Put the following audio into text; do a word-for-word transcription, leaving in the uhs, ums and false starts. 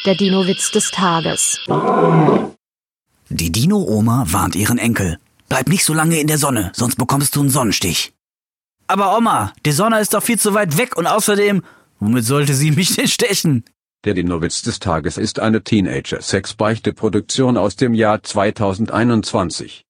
Der Dino-Witz des Tages. Die Dino-Oma warnt ihren Enkel. Bleib nicht so lange in der Sonne, sonst bekommst du einen Sonnenstich. Aber Oma, die Sonne ist doch viel zu weit weg und außerdem, womit sollte sie mich denn stechen? Der Dino-Witz des Tages ist eine Teenager-Sex-Beichte-Produktion aus dem Jahr zweitausendeinundzwanzig.